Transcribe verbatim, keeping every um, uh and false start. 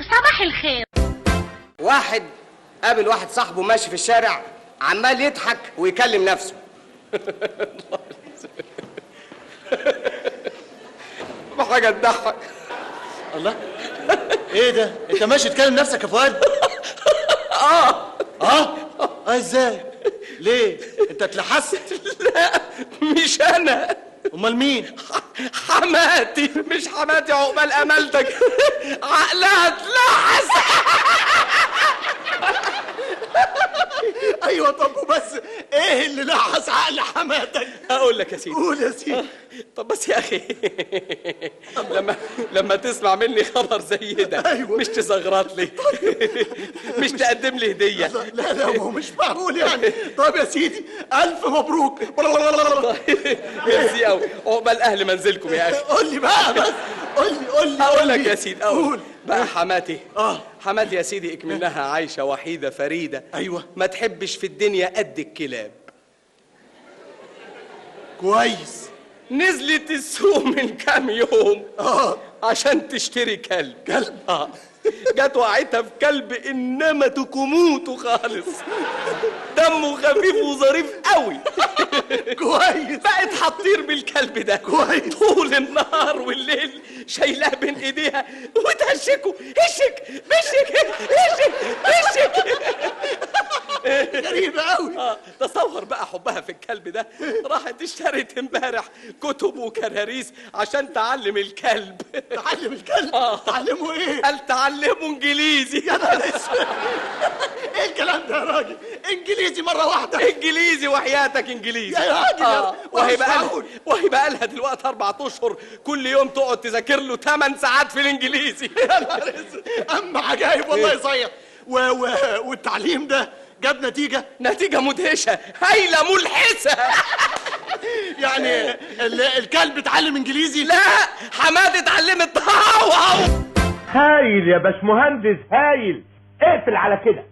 صباح الخير. واحد قابل واحد صاحبه ماشي في الشارع عمال يضحك ويكلم نفسه. حاجة تضحك. الله، ايه ده؟ انت ماشي تكلم نفسك يا فؤاد؟ اه اه اه ازاي؟ ليه؟ انت اتلحست؟ لا مش انا. امال مين؟ حماتي. مش حماتي عقبال امالتك. عقلها اتلحس. ايوه طب وبس ايه اللي لحس عقل حماتك؟ اقول لك يا سيدي. قول يا سيدي. طب بس يا اخي، لما لما تسمع مني خبر زي ده أيوة. مش تزغرط لي، مش تقدم لي هديه. لا لا هو مش معقول يعني. طب يا سيدي الف مبروك. ميرسي قوي، عقبال اهل منزلكم يا اخي. قول لي بقى بس، قول لي قول لي اقول لك يا سيدي. قول بقى حماتي. اه حماتي يا سيدي اكمنها عايشه وحيده فريده. ايوه ما تحبش في الدنيا قد الكلاب. كويس. نزلت السوق من كام يوم اه عشان تشتري كلب. كلب؟ اه جت وقعتها في كلب انما تكموته خالص. دمه خفيف وظريف قوي. كويس. بقت هتطير بالكلب ده كويس. طول النهار والليل، شايلاه بين ايديها وتهشكه. هشك بشك هشك بشك. غريبة قوي. اه تصور بقى حبها في الكلب ده، راحت اشترت امبارح كتب وكراريس عشان تعلم الكلب. تعلم الكلب؟ آه. تعلمه ايه؟ قال تعلمه انجليزي. يا نهار اسود. ايه الكلام ده يا راجل؟ انجليزي مرة واحدة؟ انجليزي وحياتك انجليزي يا راجل. آه. وهي بقى لها معقول. وهي بقى لها دلوقتي اربع اشهر كل يوم تقعد تذاكر له ثمان ساعات في الانجليزي. يا نهار اسود. اما عجايب والله يصيح. و... و... والتعليم ده جاب نتيجة؟ نتيجة مدهشة هايلة ملحسة. يعني ال... الكلب اتعلم انجليزي؟ لا حماتي اتعلمت. هاو هاو. هايل يا باشمهندس هايل. اقفل على كده.